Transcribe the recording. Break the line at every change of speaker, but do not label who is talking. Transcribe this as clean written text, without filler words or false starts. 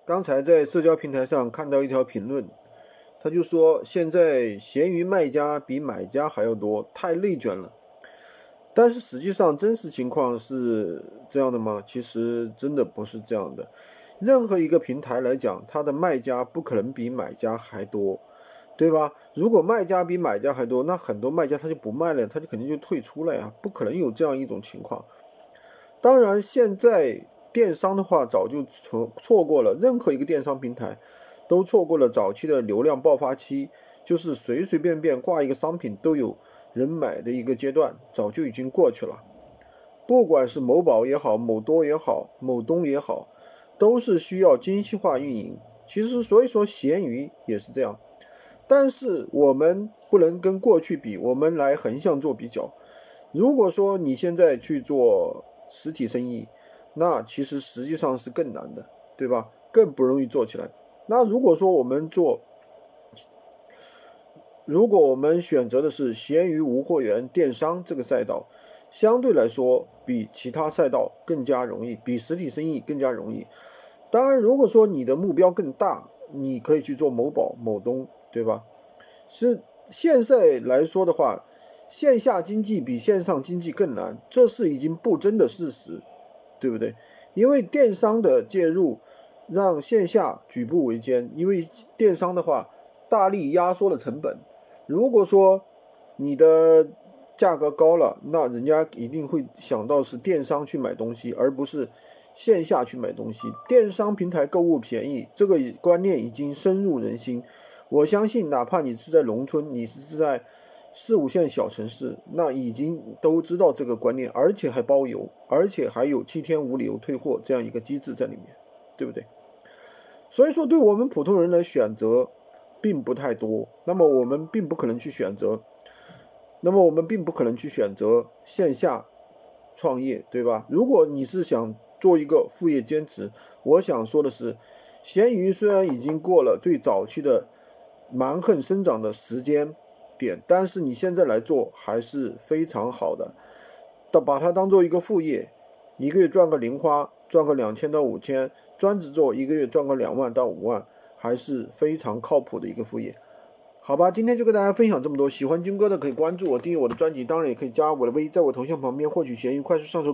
刚才在社交平台上看到一条评论，他就说现在闲鱼卖家比买家还要多，太内卷了。但是实际上真实情况是这样的吗？其实真的不是这样的。任何一个平台来讲，它的卖家不可能比买家还多，对吧？如果卖家比买家还多，那很多卖家他就不卖了，他就肯定就退出了呀，不可能有这样一种情况。当然，现在电商的话早就错过了，任何一个电商平台都错过了早期的流量爆发期，就是随随便便挂一个商品都有人买的一个阶段，早就已经过去了。不管是某宝也好，某多也好，某东也好，都是需要精细化运营。其实，所以说闲鱼也是这样。但是我们不能跟过去比，我们来横向做比较。如果说你现在去做实体生意，那其实实际上是更难的，对吧？更不容易做起来。那如果我们选择的是闲鱼无货源电商这个赛道，相对来说比其他赛道更加容易，比实体生意更加容易。当然，如果说你的目标更大，你可以去做某宝、某东，对吧？是现在来说的话，线下经济比线上经济更难，这是已经不争的事实，对不对？因为电商的介入让线下举步维艰，因为电商的话大力压缩了成本。如果说你的价格高了，那人家一定会想到是电商去买东西，而不是线下去买东西。电商平台购物便宜，这个观念已经深入人心。我相信，哪怕你是在农村，你是在4、5线小城市，那已经都知道这个观念，而且还包邮，而且还有7天无理由退货这样一个机制在里面，对不对？所以说，对我们普通人的选择并不太多。我们并不可能去选择线下创业，对吧？如果你是想做一个副业兼职，我想说的是，闲鱼虽然已经过了最早期的蛮横生长的时间点，但是你现在来做还是非常好的。把它当做一个副业，一个月赚个零花，赚个2000到5000，专职做一个月赚个2万到5万，还是非常靠谱的一个副业。好吧，今天就跟大家分享这么多。喜欢军哥的可以关注我，订阅我的专辑，当然也可以加我的微，在我头像旁边获取闲鱼快速上手